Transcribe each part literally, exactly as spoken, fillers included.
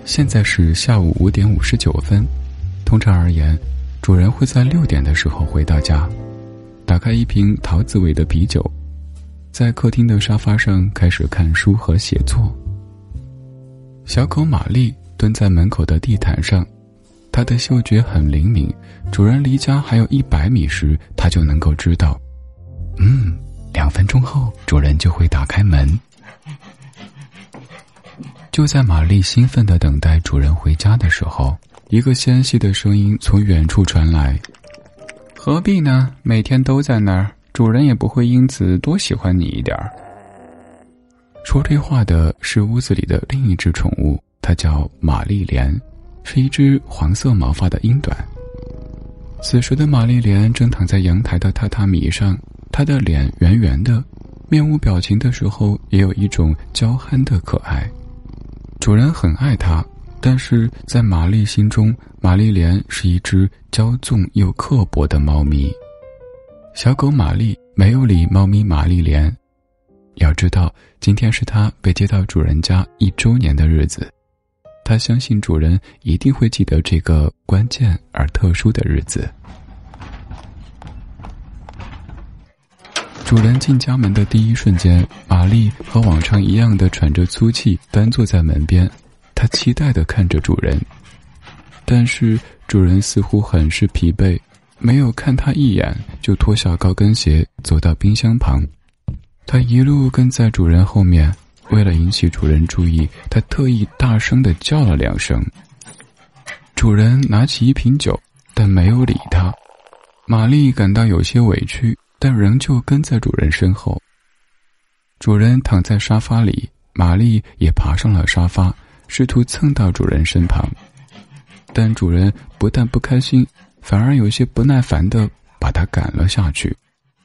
现在是下午五点五十九分。通常而言，主人会在六点的时候回到家，打开一瓶桃子味的啤酒，在客厅的沙发上开始看书和写作。小狗玛丽蹲在门口的地毯上，它的嗅觉很灵敏，主人离家还有一百米时，它就能够知道，嗯，两分钟后主人就会打开门。就在玛丽兴奋地等待主人回家的时候，一个纤细的声音从远处传来：何必呢？每天都在那儿，主人也不会因此多喜欢你一点儿。说这话的是屋子里的另一只宠物，它叫玛丽莲，是一只黄色毛发的英短。此时的玛丽莲正躺在阳台的榻榻米上，她的脸圆圆的，面无表情的时候也有一种娇憨的可爱。主人很爱它，但是在玛丽心中，玛丽莲是一只骄纵又刻薄的猫咪。小狗玛丽没有理猫咪玛丽莲。要知道，今天是它被接到主人家一周年的日子，它相信主人一定会记得这个关键而特殊的日子。主人进家门的第一瞬间，玛丽和往常一样的喘着粗气，端坐在门边。她期待地看着主人，但是主人似乎很是疲惫，没有看她一眼，就脱下高跟鞋走到冰箱旁。他一路跟在主人后面，为了引起主人注意，他特意大声地叫了两声。主人拿起一瓶酒，但没有理他。玛丽感到有些委屈，但仍旧跟在主人身后。主人躺在沙发里，玛丽也爬上了沙发，试图蹭到主人身旁。但主人不但不开心，反而有些不耐烦地把他赶了下去。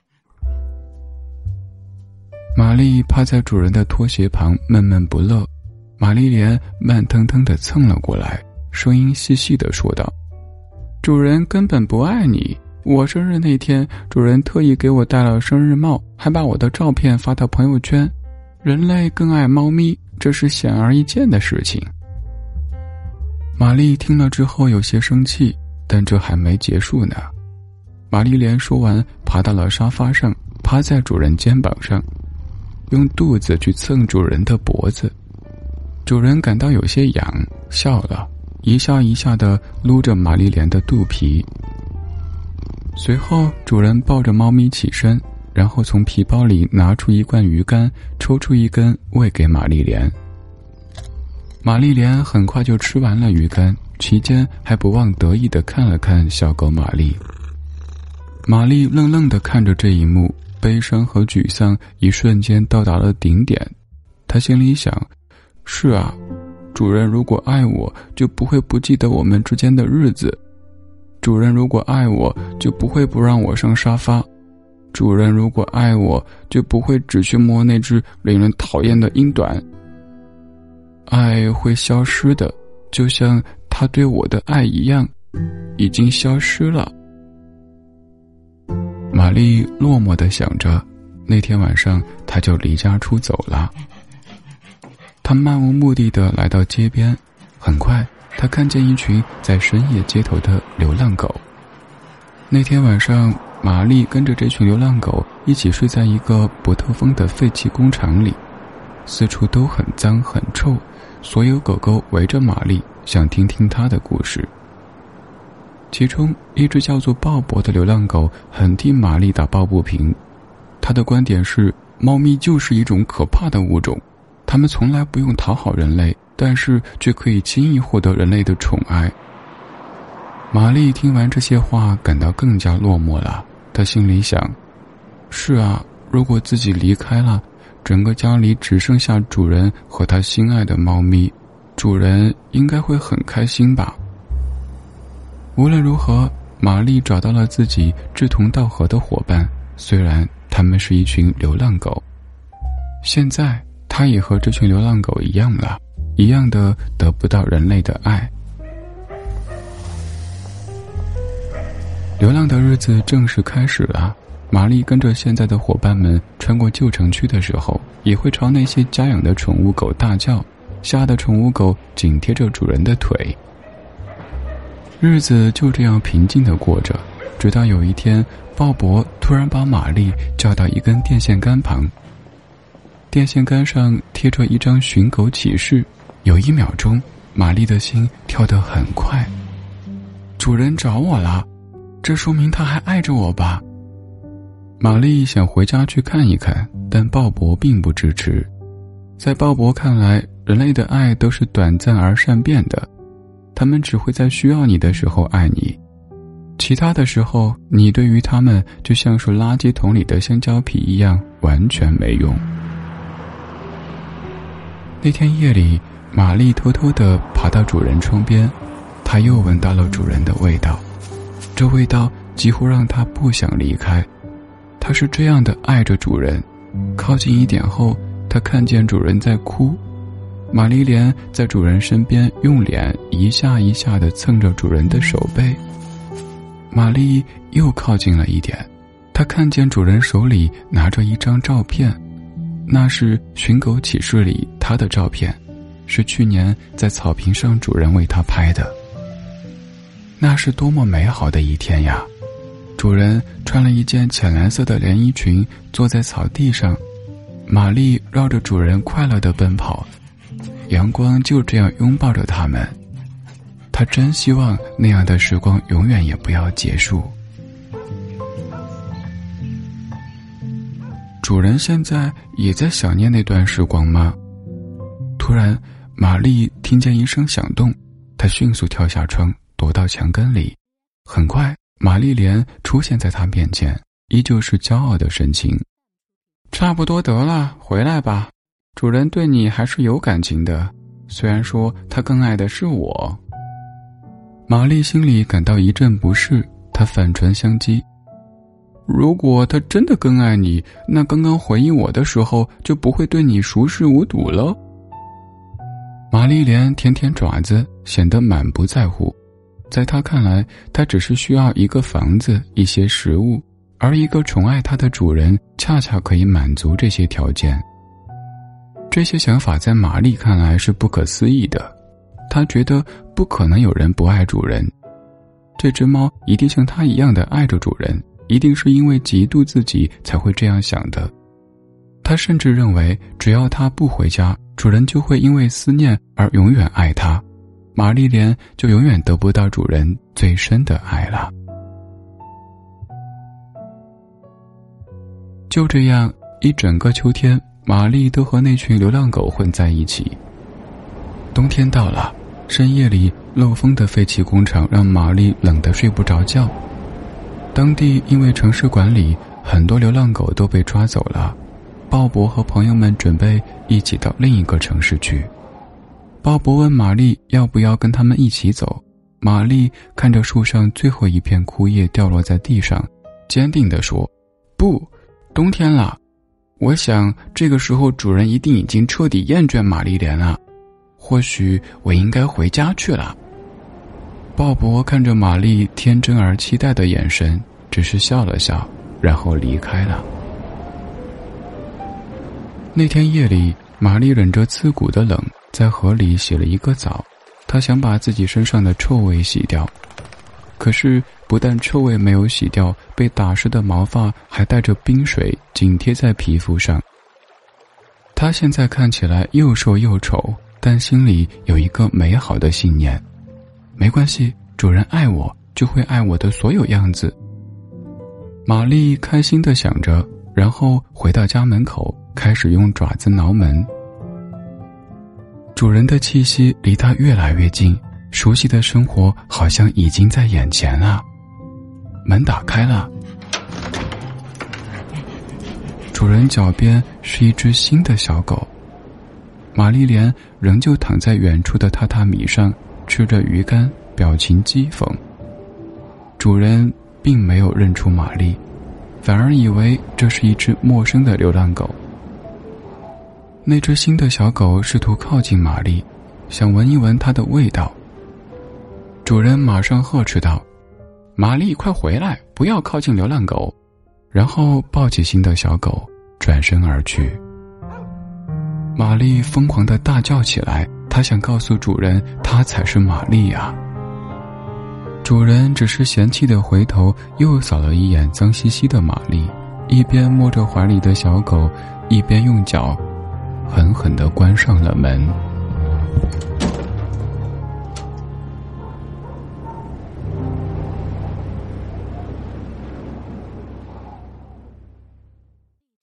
玛丽趴在主人的拖鞋旁闷闷不乐，玛丽莲慢腾腾地蹭了过来，声音细细地说道：主人根本不爱你，我生日那天主人特意给我戴了生日帽，还把我的照片发到朋友圈。人类更爱猫咪，这是显而易见的事情。玛丽听了之后有些生气，但这还没结束呢。玛丽莲说完，爬到了沙发上，趴在主人肩膀上，用肚子去蹭主人的脖子。主人感到有些痒，笑了，一下一下地撸着玛丽莲的肚皮。随后主人抱着猫咪起身，然后从皮包里拿出一罐鱼干，抽出一根喂给玛丽莲。玛丽莲很快就吃完了鱼干，期间还不忘得意地看了看小狗玛丽。玛丽愣愣地看着这一幕，悲伤和沮丧一瞬间到达了顶点。他心里想，是啊，主人如果爱我，就不会不记得我们之间的日子。主人如果爱我，就不会不让我上沙发。主人如果爱我，就不会只去摸那只令人讨厌的英短。爱会消失的，就像他对我的爱一样，已经消失了。玛丽落寞地想着，那天晚上她就离家出走了。她漫无目的地来到街边，很快她看见一群在深夜街头的流浪狗。那天晚上，玛丽跟着这群流浪狗一起睡在一个不透风的废弃工厂里，四处都很脏很臭，所有狗狗围着玛丽，想听听她的故事。其中一只叫做鲍勃的流浪狗很替玛丽打抱不平，他的观点是，猫咪就是一种可怕的物种，它们从来不用讨好人类，但是却可以轻易获得人类的宠爱。玛丽听完这些话感到更加落寞了，她心里想，是啊，如果自己离开了，整个家里只剩下主人和他心爱的猫咪，主人应该会很开心吧。无论如何，玛丽找到了自己志同道合的伙伴，虽然他们是一群流浪狗。现在她也和这群流浪狗一样了，一样的得不到人类的爱。流浪的日子正式开始了，玛丽跟着现在的伙伴们穿过旧城区的时候，也会朝那些家养的宠物狗大叫， 吓得宠物狗紧贴着主人的腿。日子就这样平静地过着，直到有一天，鲍勃突然把玛丽叫到一根电线杆旁。电线杆上贴着一张寻狗启事，有一秒钟，玛丽的心跳得很快。主人找我了，这说明他还爱着我吧？玛丽想回家去看一看，但鲍勃并不支持。在鲍勃看来，人类的爱都是短暂而善变的，他们只会在需要你的时候爱你，其他的时候，你对于他们就像是垃圾桶里的香蕉皮一样，完全没用。那天夜里，玛丽偷偷地爬到主人窗边，她又闻到了主人的味道，这味道几乎让她不想离开。她是这样的爱着主人，靠近一点后，她看见主人在哭。玛丽莲在主人身边用脸一下一下地蹭着主人的手背。玛丽又靠近了一点，她看见主人手里拿着一张照片，那是寻狗启事里她的照片，是去年在草坪上主人为她拍的。那是多么美好的一天呀！主人穿了一件浅蓝色的连衣裙，坐在草地上，玛丽绕着主人快乐地奔跑，阳光就这样拥抱着他们。她真希望那样的时光永远也不要结束。主人现在也在想念那段时光吗？突然，玛丽听见一声响动，她迅速跳下窗，躲到墙根里。很快，玛丽莲出现在她面前，依旧是骄傲的神情。差不多得了，回来吧，主人对你还是有感情的，虽然说他更爱的是我。玛丽心里感到一阵不适，她反唇相讥，如果他真的更爱你，那刚刚回应我的时候就不会对你熟视无睹了。玛丽莲舔舔爪子，显得满不在乎。在她看来，她只是需要一个房子，一些食物，而一个宠爱她的主人恰恰可以满足这些条件。这些想法在玛丽看来是不可思议的，她觉得不可能有人不爱主人，这只猫一定像她一样的爱着主人，一定是因为嫉妒自己才会这样想的。她甚至认为，只要她不回家，主人就会因为思念而永远爱她，玛丽莲就永远得不到主人最深的爱了。就这样，一整个秋天，玛丽都和那群流浪狗混在一起。冬天到了，深夜里漏风的废弃工厂让玛丽冷得睡不着觉。当地因为城市管理，很多流浪狗都被抓走了。鲍勃和朋友们准备一起到另一个城市去。鲍勃问玛丽要不要跟他们一起走。玛丽看着树上最后一片枯叶掉落在地上，坚定地说，不，冬天了，我想这个时候主人一定已经彻底厌倦玛丽莲了，或许我应该回家去了。鲍勃看着玛丽天真而期待的眼神，只是笑了笑，然后离开了。那天夜里，玛丽忍着刺骨的冷，在河里洗了一个澡，她想把自己身上的臭味洗掉。可是不但臭味没有洗掉，被打湿的毛发还带着冰水紧贴在皮肤上。她现在看起来又瘦又丑，但心里有一个美好的信念，没关系，主人爱我，就会爱我的所有样子。玛丽开心地想着，然后回到家门口，开始用爪子挠门。主人的气息离她越来越近，熟悉的生活好像已经在眼前了。门打开了，主人脚边是一只新的小狗。玛丽莲仍旧躺在远处的榻榻米上，吃着鱼干，表情讥讽。主人并没有认出玛丽，反而以为这是一只陌生的流浪狗。那只新的小狗试图靠近玛丽，想闻一闻它的味道。主人马上呵斥道，玛丽，快回来，不要靠近流浪狗，然后抱起新的小狗，转身而去。 玛丽疯狂地大叫起来，她想告诉主人，她才是玛丽啊。主人只是嫌弃地回头，又扫了一眼脏兮兮的玛丽，一边摸着怀里的小狗，一边用脚狠狠地关上了门。